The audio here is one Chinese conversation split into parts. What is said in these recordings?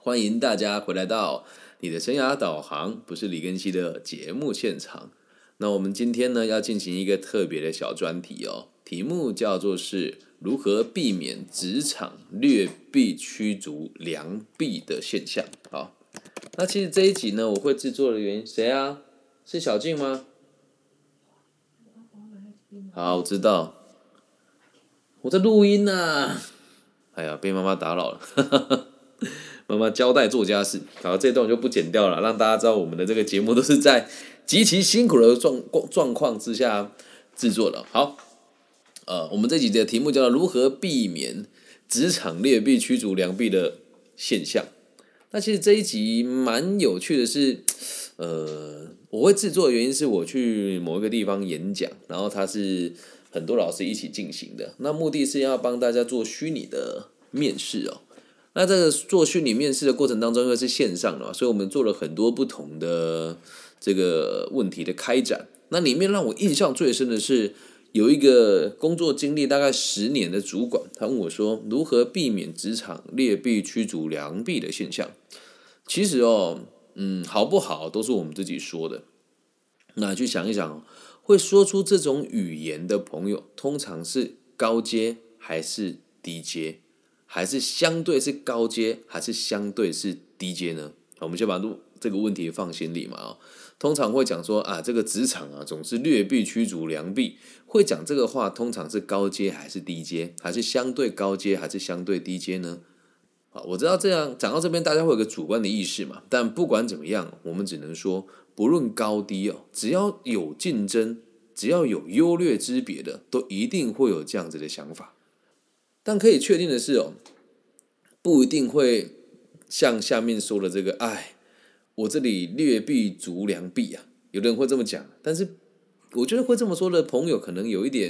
欢迎大家回来到你的生涯导航，不是李根熙的节目现场。那我们今天呢要进行一个特别的小专题哦，题目叫做是如何避免职场劣币驱逐良币的现象。好，那其实这一集呢我会制作的原因，谁啊？是小静吗？好，我知道，我在录音啊。哎呀，被妈妈打扰了。妈妈交代做家事，好，这段我就不剪掉了，让大家知道我们的这个节目都是在极其辛苦的状况之下制作的。好，我们这集的题目叫做如何避免职场劣币驱逐良币的现象。那其实这一集蛮有趣的是，我会制作的原因是我去某一个地方演讲，然后它是很多老师一起进行的，那目的是要帮大家做虚拟的面试哦。那这个做虚拟面试的过程当中，因为是线上的嘛，所以我们做了很多不同的这个问题的开展。那里面让我印象最深的是，有一个工作经历大概10年的主管，他问我说，如何避免职场劣币驱逐良币的现象？其实好不好都是我们自己说的。那去想一想，会说出这种语言的朋友，通常是高阶还是低阶？还是相对是高阶，还是相对是低阶呢？我们先把这个问题放心里嘛。通常会讲说啊，这个职场啊总是劣币驱逐良币，会讲这个话通常是高阶还是低阶，还是相对高阶还是相对低阶呢？我知道这样讲到这边，大家会有个主观的意识嘛。但不管怎么样，我们只能说，不论高低哦，只要有竞争，只要有优劣之别的，都一定会有这样子的想法。但可以确定的是不一定会像下面说的这个，我这里劣币逐良币啊，有的人会这么讲，但是我觉得会这么说的朋友，可能有一点，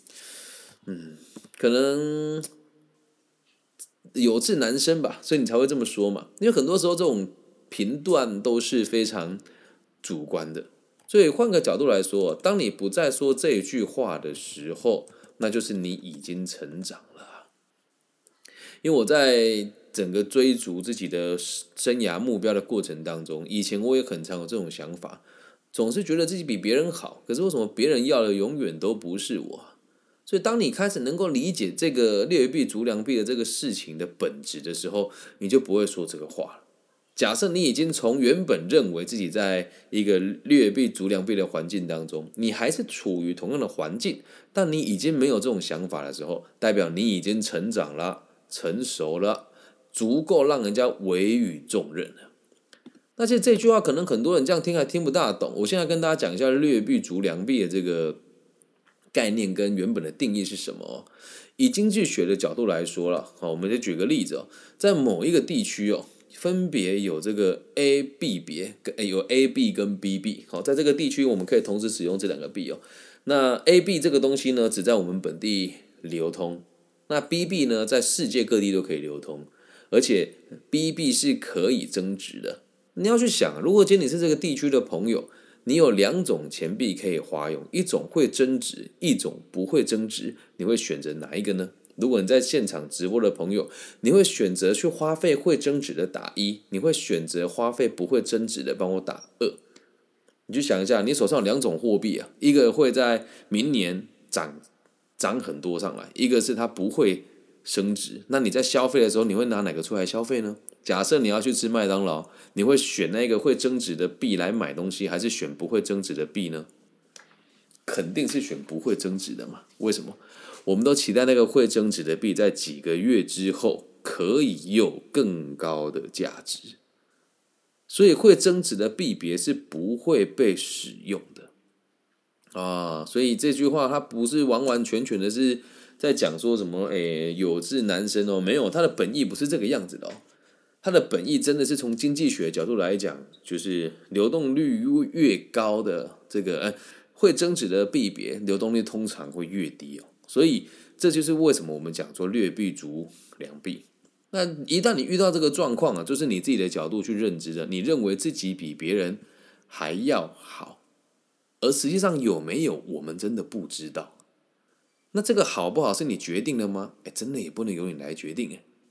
可能有志难伸吧，所以你才会这么说嘛。因为很多时候这种评断都是非常主观的，所以换个角度来说，当你不再说这一句话的时候，那就是你已经成长了。因为我在整个追逐自己的生涯目标的过程当中，以前我也很常有这种想法，总是觉得自己比别人好，可是为什么别人要的永远都不是我？所以当你开始能够理解这个劣币逐良币的这个事情的本质的时候，你就不会说这个话了。假设你已经从原本认为自己在一个劣币逐良币的环境当中，你还是处于同样的环境，但你已经没有这种想法的时候，代表你已经成长了。成熟了，足够让人家委以重任了。那其实这句话可能很多人这样听还听不大懂。我现在跟大家讲一下劣币逐良币的这个概念跟原本的定义是什么。以经济学的角度来说了，我们就举个例子在某一个地区分别有这个 A、B 别，有 A、B 跟 B、B。在这个地区我们可以同时使用这两个币那 A、B 这个东西呢，只在我们本地流通。那 BB 呢，在世界各地都可以流通，而且 BB 是可以增值的。你要去想，如果今天你是这个地区的朋友，你有2种钱币可以花用，一种会增值，一种不会增值，你会选择哪一个呢？如果你在现场直播的朋友，你会选择去花费会增值的打1，你会选择花费不会增值的帮我打2。你去想一下，你手上有2种货币一个会在明年涨很多上来，一个是它不会升值。那你在消费的时候，你会拿哪个出来消费呢？假设你要去吃麦当劳，你会选那个会增值的币来买东西，还是选不会增值的币呢？肯定是选不会增值的嘛。为什么？我们都期待那个会增值的币在几个月之后可以有更高的价值，所以会增值的币别是不会被使用的。所以这句话它不是完完全全的是在讲说什么有志难伸没有，它的本意不是这个样子的它的本意真的是从经济学角度来讲，就是流动率越高的这个会增值的币别，流动率通常会越低所以这就是为什么我们讲说劣币逐良币。那一旦你遇到这个状况就是你自己的角度去认知的，你认为自己比别人还要好。而实际上有没有，我们真的不知道。那这个好不好是你决定的吗？真的也不能由你来决定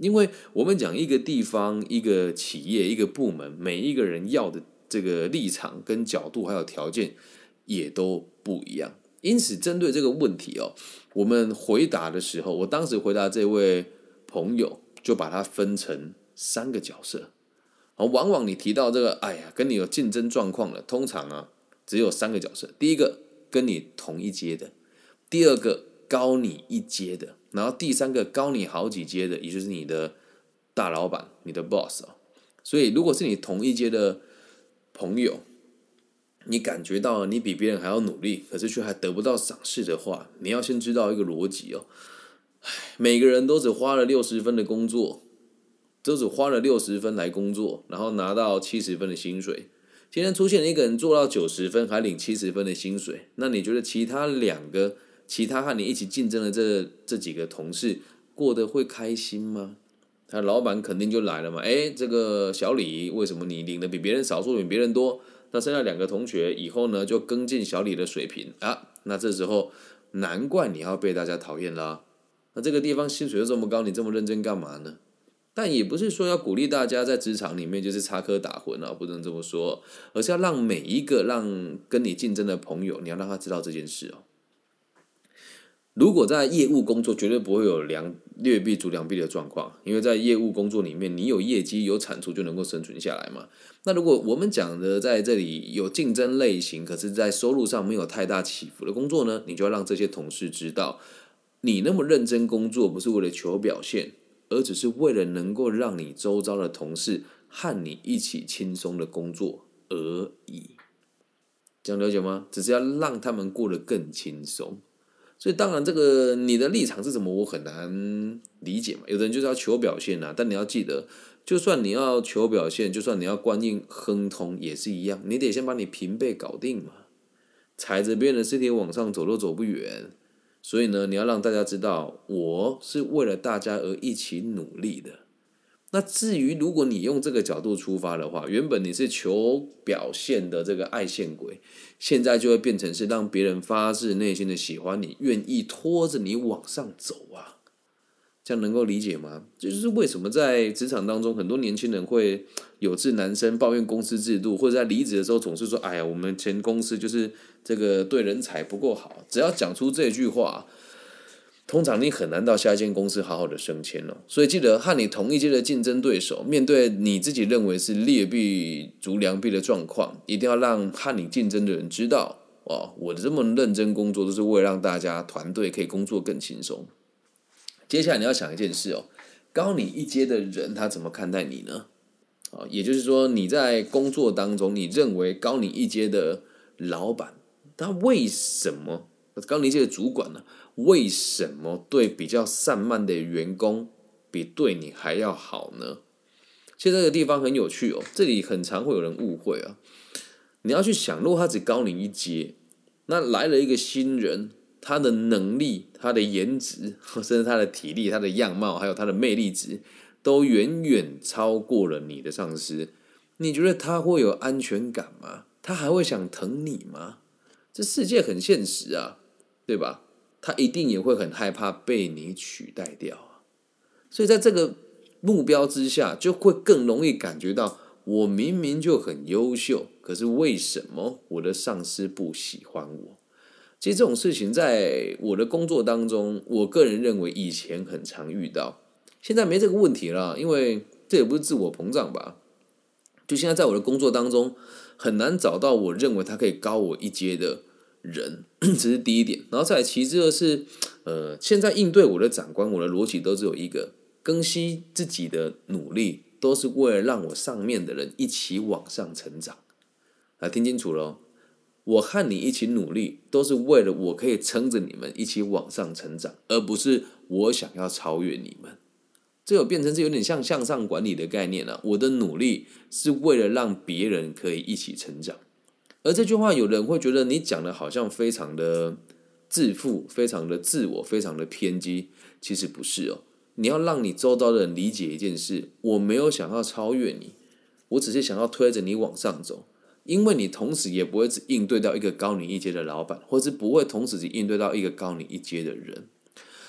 因为我们讲一个地方、一个企业、一个部门，每一个人要的这个立场跟角度还有条件也都不一样。因此，针对这个问题我们回答的时候，我当时回答这位朋友，就把它分成3个角色。往往你提到这个，跟你有竞争状况的，通常只有3个角色。第一个跟你同一阶的，第二个高你一阶的，然后第3个高你好几阶的，也就是你的大老板，你的 boss。所以，如果是你同一阶的朋友，你感觉到你比别人还要努力，可是却还得不到赏识的话，你要先知道一个逻辑每个人都只花了60分的工作，都只花了60分来工作，然后拿到70分的薪水。今天出现了一个人做到90分，还领70分的薪水，那你觉得其他和你一起竞争的这几个同事过得会开心吗？他老板肯定就来了嘛，这个小李为什么你领的比别人少，做比别人多？那剩下2个同学以后呢，就跟进小李的水平那这时候难怪你要被大家讨厌啦。那这个地方薪水又这么高，你这么认真干嘛呢？但也不是说要鼓励大家在职场里面就是插科打诨不能这么说，而是要让每一个跟你竞争的朋友，你要让他知道这件事如果在业务工作，绝对不会有劣币逐良币的状况，因为在业务工作里面，你有业绩有产出就能够生存下来嘛。那如果我们讲的在这里有竞争类型，可是在收入上没有太大起伏的工作呢，你就要让这些同事知道，你那么认真工作不是为了求表现，而只是为了能够让你周遭的同事和你一起轻松的工作而已。这样了解吗？只是要让他们过得更轻松。所以当然这个你的立场是什么我很难理解嘛，有的人就是要求表现但你要记得，就算你要求表现，就算你要官运亨通也是一样，你得先把你平辈搞定嘛，踩着别人的尸体往上走都走不远。所以呢，你要让大家知道，我是为了大家而一起努力的。那至于如果你用这个角度出发的话，原本你是求表现的这个爱现鬼，现在就会变成是让别人发自内心的喜欢你，愿意拖着你往上走这样能够理解吗？这就是为什么在职场当中，很多年轻人会有志男生抱怨公司制度，或者在离职的时候总是说：“哎呀，我们前公司就是这个对人才不够好。”只要讲出这句话，通常你很难到下一间公司好好的升迁所以记得和你同一阶的竞争对手，面对你自己认为是劣币逐良币的状况，一定要让和你竞争的人知道我这么认真工作都是为了让大家团队可以工作更轻松。接下来你要想一件事高你一阶的人他怎么看待你呢？也就是说你在工作当中，你认为高你一阶的老板，他为什么高你一阶的主管呢？为什么对比较散漫的员工比对你还要好呢？其实这个地方很有趣这里很常会有人误会你要去想，如果他只高你一阶，那来了一个新人，他的能力、他的颜值，甚至他的体力、他的样貌，还有他的魅力值，都远远超过了你的上司。你觉得他会有安全感吗？他还会想疼你吗？这世界很现实对吧？他一定也会很害怕被你取代掉所以在这个目标之下，就会更容易感觉到，我明明就很优秀，可是为什么我的上司不喜欢我？其实这种事情在我的工作当中，我个人认为以前很常遇到，现在没这个问题了，因为这也不是自我膨胀吧。就现在在我的工作当中，很难找到我认为他可以高我一阶的人，这是第一点。然后再来其次的是，现在应对我的长官，我的逻辑都只有一个，更新自己的努力，都是为了让我上面的人一起往上成长。来听清楚了我和你一起努力，都是为了我可以撑着你们一起往上成长，而不是我想要超越你们。这有变成是有点像向上管理的概念我的努力是为了让别人可以一起成长。而这句话有人会觉得你讲的好像非常的自负，非常的自我，非常的偏激，其实不是你要让你周遭的人理解一件事，我没有想要超越你，我只是想要推着你往上走。因为你同时也不会只应对到一个高你一阶的老板，或是不会同时只应对到一个高你一阶的人。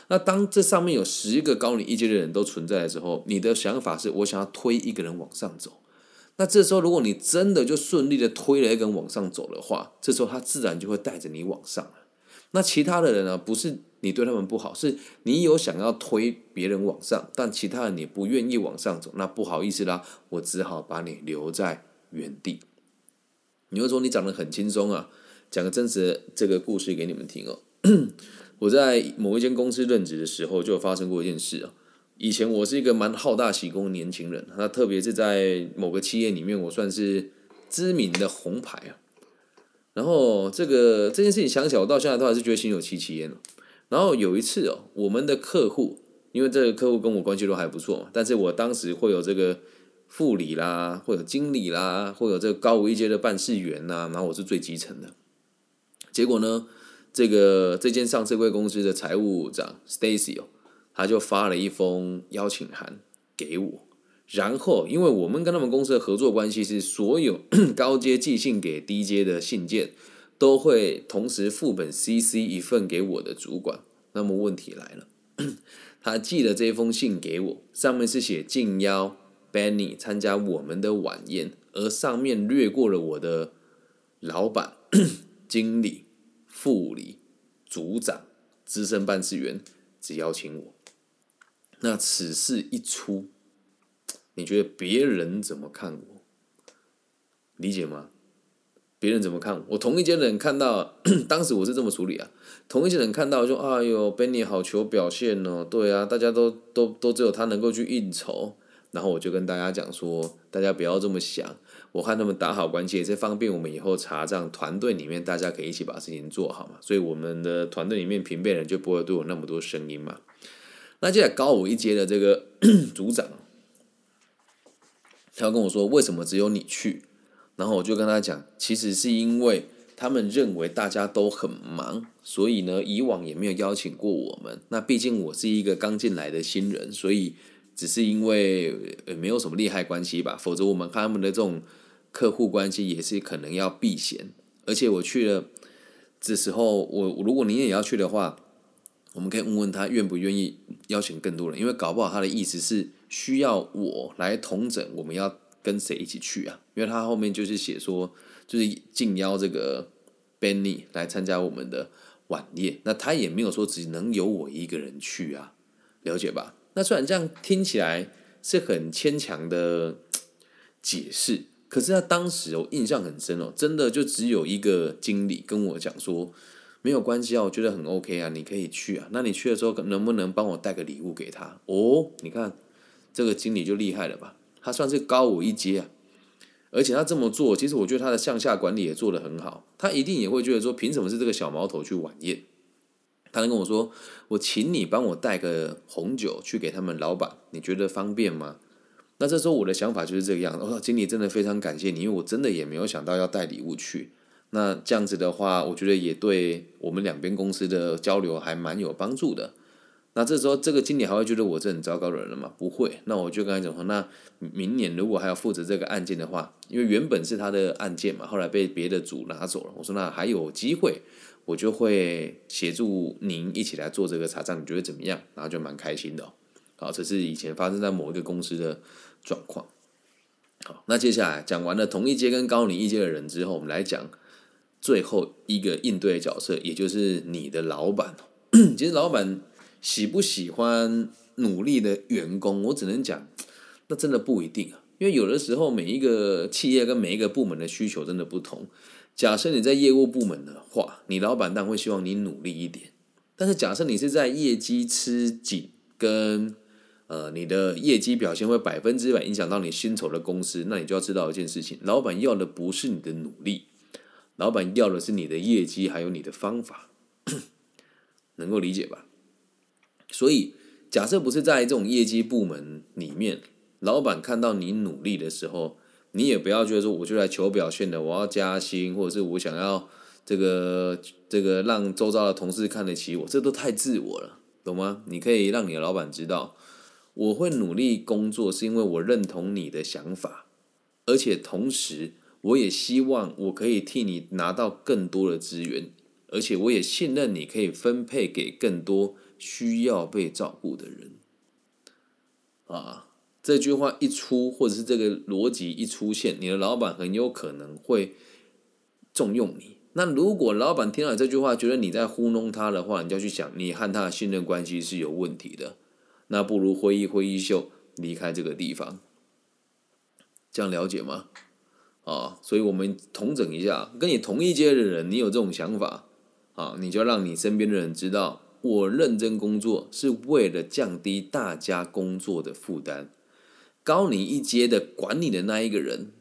那当这上面有10个高你一阶的人都存在的时候，你的想法是我想要推一个人往上走。那这时候如果你真的就顺利的推了一个人往上走的话，这时候他自然就会带着你往上了。那其他的人呢，不是你对他们不好，是你有想要推别人往上，但其他人你不愿意往上走，那不好意思啦，我只好把你留在原地。你会说你讲得很轻松啊，讲个真实的这个故事给你们听哦。我在某一间公司任职的时候，就有发生过一件事啊。以前我是一个蛮好大喜功的年轻人，那特别是在某个企业里面，我算是知名的红牌啊。然后这件事情想起来，我到现在都还是觉得心有戚戚焉了。然后有一次哦，我们的客户，因为这个客户跟我关系都还不错嘛，但是我当时会有这个副理啦，会有经理啦，会有这个高我一阶的办事员啦，然后我是最基层的。结果呢，这间上市贵公司的财务长 Stacy 哦，他就发了一封邀请函给我。然后，因为我们跟他们公司的合作关系是，所有高阶寄信给低阶的信件都会同时副本 CC 一份给我的主管。那么问题来了，他寄了这封信给我，上面是写敬邀 Benny 参加我们的晚宴，而上面略过了我的老板、经理、副理、组长、资深办事员，只邀请我。那此事一出，你觉得别人怎么看我？理解吗？别人怎么看我？我同一间人看到，当时我是这么处理啊。同一间人看到就，哎呦 ，Benny 好求表现哦，对啊，大家都只有他能够去应酬。然后我就跟大家讲说，大家不要这么想，我和他们打好关系，也是方便我们以后查账，团队里面大家可以一起把事情做好嘛。所以我们的团队里面平辈人就不会对我那么多声音嘛。那接下来高我一阶的这个组长，他跟我说为什么只有你去？然后我就跟他讲，其实是因为他们认为大家都很忙，所以呢以往也没有邀请过我们。那毕竟我是一个刚进来的新人，所以只是因为没有什么利害关系吧，否则我们看他们的这种客户关系也是可能要避嫌。而且我去了这时候，如果你也要去的话，我们可以问问他愿不愿意邀请更多人，因为搞不好他的意思是需要我来统整我们要跟谁一起去啊？因为他后面就是写说，就是竞邀这个 Benny 来参加我们的晚宴，那他也没有说只能由我一个人去啊，了解吧？那虽然这样听起来是很牵强的解释，可是他当时我印象很深哦，真的就只有一个经理跟我讲说，没有关系啊，我觉得很 OK 啊，你可以去啊。那你去的时候能不能帮我带个礼物给他？哦，你看这个经理就厉害了吧？他算是高我一阶啊，而且他这么做，其实我觉得他的向下管理也做得很好。他一定也会觉得说，凭什么是这个小毛头去晚宴？他能跟我说，我请你帮我带个红酒去给他们老板，你觉得方便吗？那这时候我的想法就是这个样子。哦，经理真的非常感谢你，因为我真的也没有想到要带礼物去。那这样子的话，我觉得也对我们两边公司的交流还蛮有帮助的。那这时候这个经理还会觉得我是很糟糕的人了吗？不会。那我就跟他讲说，那明年如果还要负责这个案件的话，因为原本是他的案件嘛，后来被别的组拿走了。我说那还有机会，我就会协助您一起来做这个查账，你觉得怎么样？然后就蛮开心的哦。好，这是以前发生在某一个公司的状况。好，那接下来讲完了同一阶跟高你一阶的人之后，我们来讲最后一个应对的角色，也就是你的老板。其实老板喜不喜欢努力的员工，我只能讲，那真的不一定啊。因为有的时候每一个企业跟每一个部门的需求真的不同。假设你在业务部门的话，你老板当然会希望你努力一点。但是假设你是在业绩吃紧跟你的业绩表现会100%影响到你薪酬的公司，那你就要知道一件事情，老板要的不是你的努力，老板要的是你的业绩还有你的方法，能够理解吧？所以假设不是在这种业绩部门里面，老板看到你努力的时候，你也不要觉得说我就来求表现的，我要加薪，或者是我想要这个让周遭的同事看得起我，这都太自我了，懂吗？你可以让你的老板知道，我会努力工作是因为我认同你的想法，而且同时我也希望我可以替你拿到更多的资源，而且我也信任你可以分配给更多需要被照顾的人啊。这句话一出，或者是这个逻辑一出现，你的老板很有可能会重用你。那如果老板听到这句话，觉得你在糊弄他的话，你就要去想，你和他的信任关系是有问题的。那不如挥衣袖，离开这个地方。这样了解吗？所以我们统整一下，跟你同一阶的人，你有这种想法你就让你身边的人知道，我认真工作是为了降低大家工作的负担。高你一阶的管你的那一个人，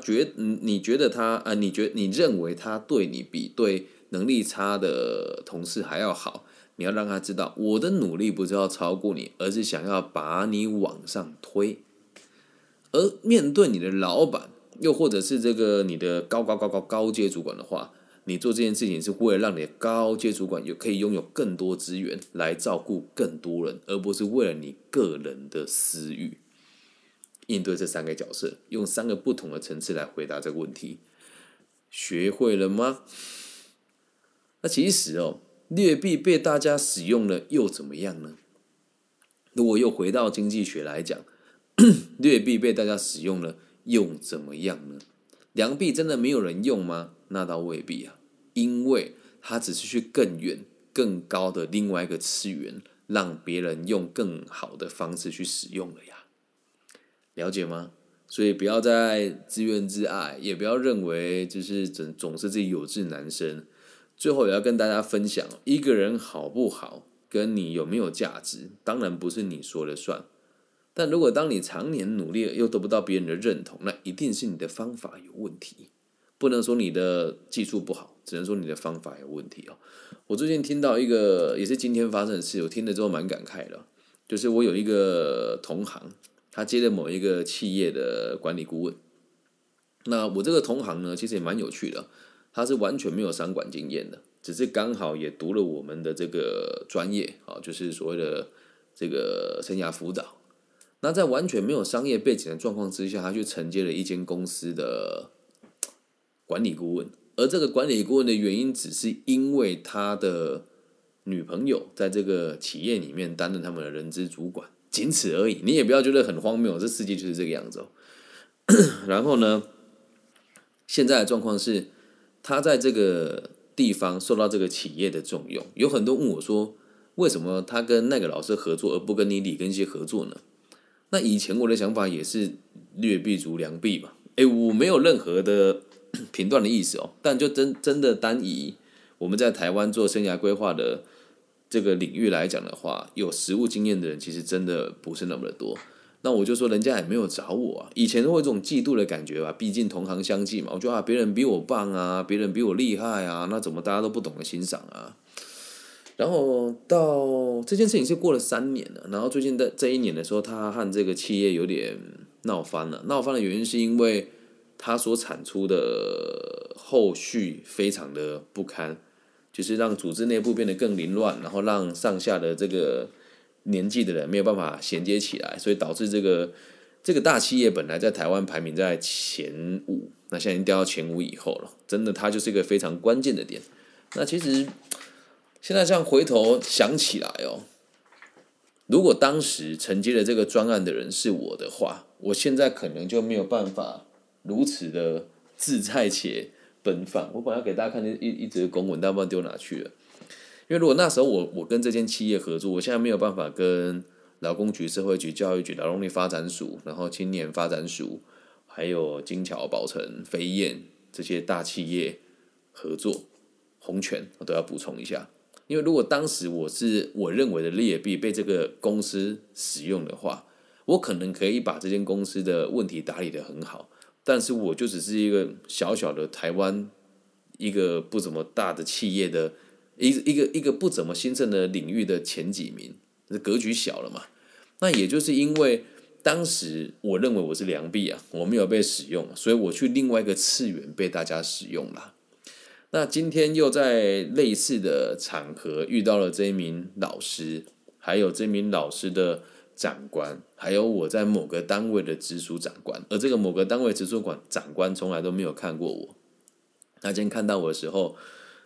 你认为他对你比对能力差的同事还要好，你要让他知道，我的努力不是要超过你，而是想要把你往上推。而面对你的老板，又或者是这个你的高阶主管的话，你做这件事情是为了让你的高阶主管可以拥有更多资源来照顾更多人，而不是为了你个人的私欲。应对这3个角色，用3个不同的层次来回答这个问题，学会了吗？那其实劣币被大家使用了又怎么样呢？如果又回到经济学来讲，劣币被大家使用了又怎么样呢？良币真的没有人用吗？那倒未必啊，因为它只是去更远更高的另外一个次元，让别人用更好的方式去使用了呀。了解吗？所以不要再自怨自艾，也不要认为就是总是自己有志难伸。最后也要跟大家分享，一个人好不好，跟你有没有价值，当然不是你说了算。但如果当你常年努力又得不到别人的认同，那一定是你的方法有问题。不能说你的技术不好，只能说你的方法有问题我最近听到一个也是今天发生的事，我听了之后蛮感慨的，就是我有一个同行，他接了某一个企业的管理顾问。那我这个同行呢，其实也蛮有趣的，他是完全没有商管经验的，只是刚好也读了我们的这个专业就是所谓的这个生涯辅导。那在完全没有商业背景的状况之下，他去承接了一间公司的管理顾问，而这个管理顾问的原因只是因为他的女朋友在这个企业里面担任他们的人资主管，仅此而已。你也不要觉得很荒谬，这世界就是这个样子然后呢，现在的状况是，他在这个地方受到这个企业的重用，有很多问我说，为什么他跟那个老师合作，而不跟你李根熙合作呢？那以前我的想法也是劣币逐良币嘛，我没有任何的评断的意思但就真的单以我们在台湾做生涯规划的这个领域来讲的话，有实务经验的人其实真的不是那么的多。那我就说人家也没有找我啊，以前都会有这种嫉妒的感觉吧，毕竟同行相忌嘛，我觉得别人比我棒啊，别人比我厉害啊，那怎么大家都不懂得欣赏啊？然后到这件事情是过了3年了，然后最近的这1年的时候，他和这个企业有点闹翻了。闹翻的原因是因为他所产出的后续非常的不堪，就是让组织内部变得更凌乱，然后让上下的这个年纪的人没有办法衔接起来，所以导致这个大企业本来在台湾排名在前5，那现在已经掉到前5以后了。真的，它就是一个非常关键的点。那其实现在这样回头想起来如果当时承接了这个专案的人是我的话，我现在可能就没有办法如此的自在且奔放。我本来要给大家看一则公文，但不知道丢哪去了。因为如果那时候我跟这间企业合作，我现在没有办法跟劳工局、社会局、教育局、劳动力发展署，然后青年发展署，还有金桥、宝成、飞燕这些大企业合作。红权我都要补充一下。因为如果当时我认为的劣币被这个公司使用的话，我可能可以把这间公司的问题打理得很好，但是我就只是一个小小的台湾一个不怎么大的企业的一个不怎么兴盛的领域的前几名，格局小了嘛。那也就是因为当时我认为我是良币我没有被使用，所以我去另外一个次元被大家使用了。那今天又在类似的场合遇到了这一名老师，还有这名老师的长官，还有我在某个单位的直属长官，而这个某个单位直属长官从来都没有看过我。那今天看到我的时候，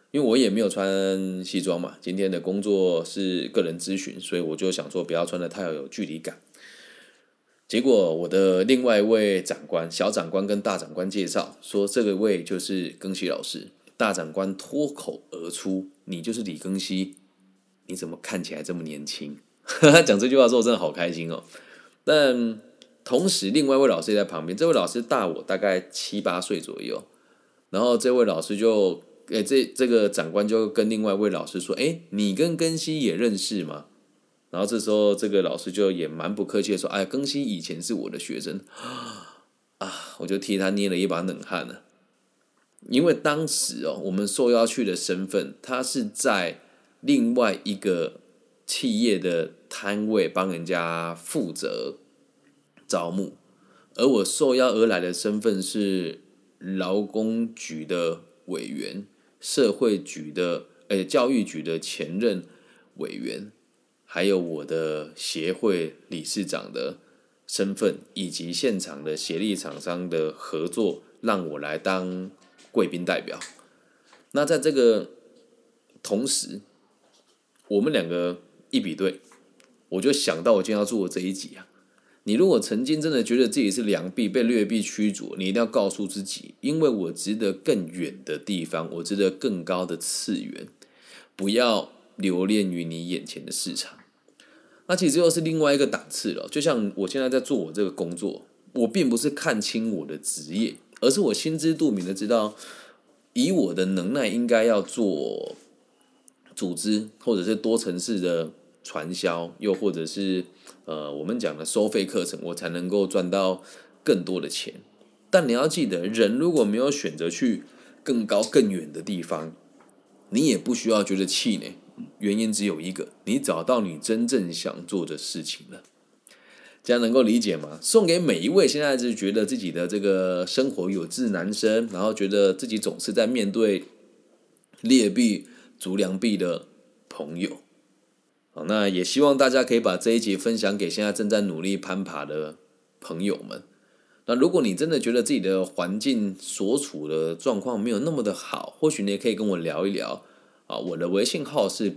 因为我也没有穿西装嘛，今天的工作是个人咨询，所以我就想说不要穿得太有距离感。结果我的另外一位长官、小长官跟大长官介绍说，这个位就是庚希老师。大长官脱口而出：“你就是李庚希，你怎么看起来这么年轻？”讲这句话的时候，我真的好开心哦。但同时，另外一位老师也在旁边，这位老师大我大概7、8岁左右。然后这位老师就，这个长官就跟另外一位老师说：“你跟庚希也认识吗？”然后这时候这个老师就也蛮不客气的说：“哎，庚希以前是我的学生啊。”我就替他捏了一把冷汗了。因为当时我们受邀去的身份，他是在另外一个企业的摊位帮人家负责招募，而我受邀而来的身份是劳工局的委员、社会局的教育局的前任委员，还有我的协会理事长的身份，以及现场的协力厂商的合作，让我来当贵宾代表。那在这个同时，我们两个一比对，我就想到我今天要做的这一集啊。你如果曾经真的觉得自己是良币，被劣币驱逐，你一定要告诉自己，因为我值得更远的地方，我值得更高的次元，不要留恋于你眼前的市场。那其实又是另外一个档次了。就像我现在在做我这个工作，我并不是看清我的职业，而是我心知肚明的知道，以我的能耐应该要做组织或者是多层次的传销，又或者是我们讲的收费课程，我才能够赚到更多的钱。但你要记得，人如果没有选择去更高更远的地方，你也不需要觉得气馁。原因只有一个，你找到你真正想做的事情了。这样能够理解吗？送给每一位现在是觉得自己的这个生活有志难伸，然后觉得自己总是在面对劣币逐良币的朋友。好，那也希望大家可以把这一集分享给现在正在努力攀爬的朋友们。那如果你真的觉得自己的环境所处的状况没有那么的好，或许你也可以跟我聊一聊。我的微信号是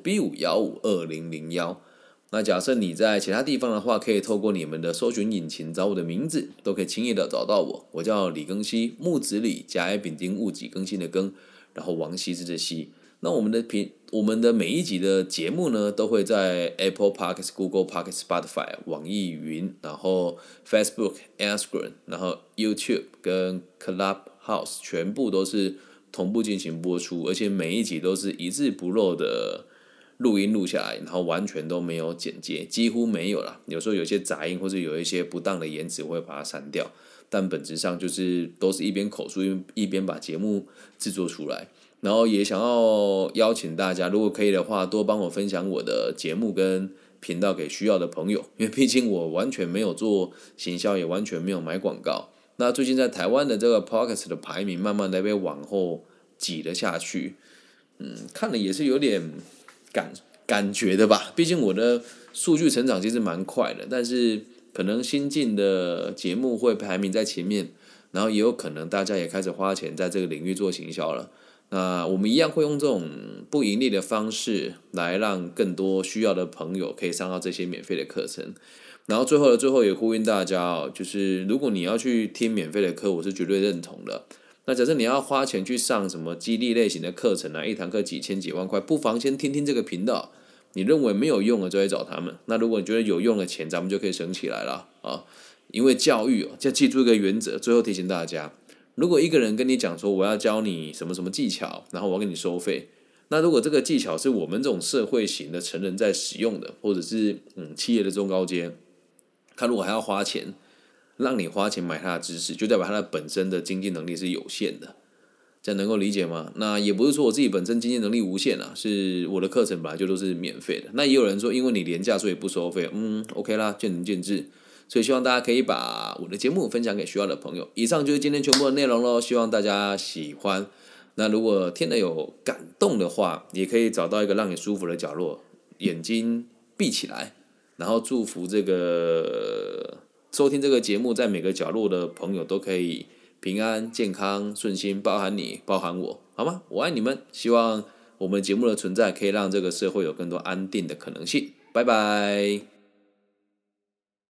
B5152001。那假设你在其他地方的话，可以透过你们的搜寻引擎找我的名字，都可以轻易的找到我。我叫李庚希，木子李，甲乙丙丁戊己更新的更，然后王羲之的羲。那我们的每一集的节目呢，都会在 Apple Podcast、Google Podcast、Spotify、网易云，然后 Facebook、Instagram， 然后 YouTube 跟 Clubhouse 全部都是同步进行播出，而且每一集都是一字不漏的录音录下来，然后完全都没有剪接，几乎没有啦。有时候有些杂音或者有一些不当的言辞，我会把它删掉，但本质上就是都是一边口述一边把节目制作出来。然后也想要邀请大家，如果可以的话，多帮我分享我的节目跟频道给需要的朋友，因为毕竟我完全没有做行销，也完全没有买广告。那最近在台湾的这个 Podcast 的排名慢慢的被往后挤了下去，看了也是有点感觉的吧。毕竟我的数据成长其实蛮快的，但是可能新进的节目会排名在前面，然后也有可能大家也开始花钱在这个领域做行销了。那我们一样会用这种不盈利的方式来让更多需要的朋友可以上到这些免费的课程。然后最后也呼吁大家就是如果你要去听免费的课，我是绝对认同的。那假设你要花钱去上什么激励类型的课程一堂课几千几万块，不妨先听听这个频道。你认为没有用的就会找他们，那如果你觉得有用的钱，咱们就可以省起来了啊！因为教育就记住一个原则，最后提醒大家。如果一个人跟你讲说我要教你什么什么技巧，然后我要跟你收费，那如果这个技巧是我们这种社会型的成人在使用的，或者是企业的中高阶，他如果还要花钱让你花钱买他的知识，就代表他的本身的经济能力是有限的，这样能够理解吗？那也不是说我自己本身经济能力无限啦，是我的课程本来就都是免费的。那也有人说因为你廉价所以不收费，OK 啦，见仁见智。所以希望大家可以把我的节目分享给需要的朋友。以上就是今天全部的内容咯，希望大家喜欢。那如果听得有感动的话，也可以找到一个让你舒服的角落，眼睛闭起来，然后祝福这个收听这个节目在每个角落的朋友都可以平安、健康、顺心，包含你，包含我，好吗？我爱你们，希望我们节目的存在可以让这个社会有更多安定的可能性。拜拜。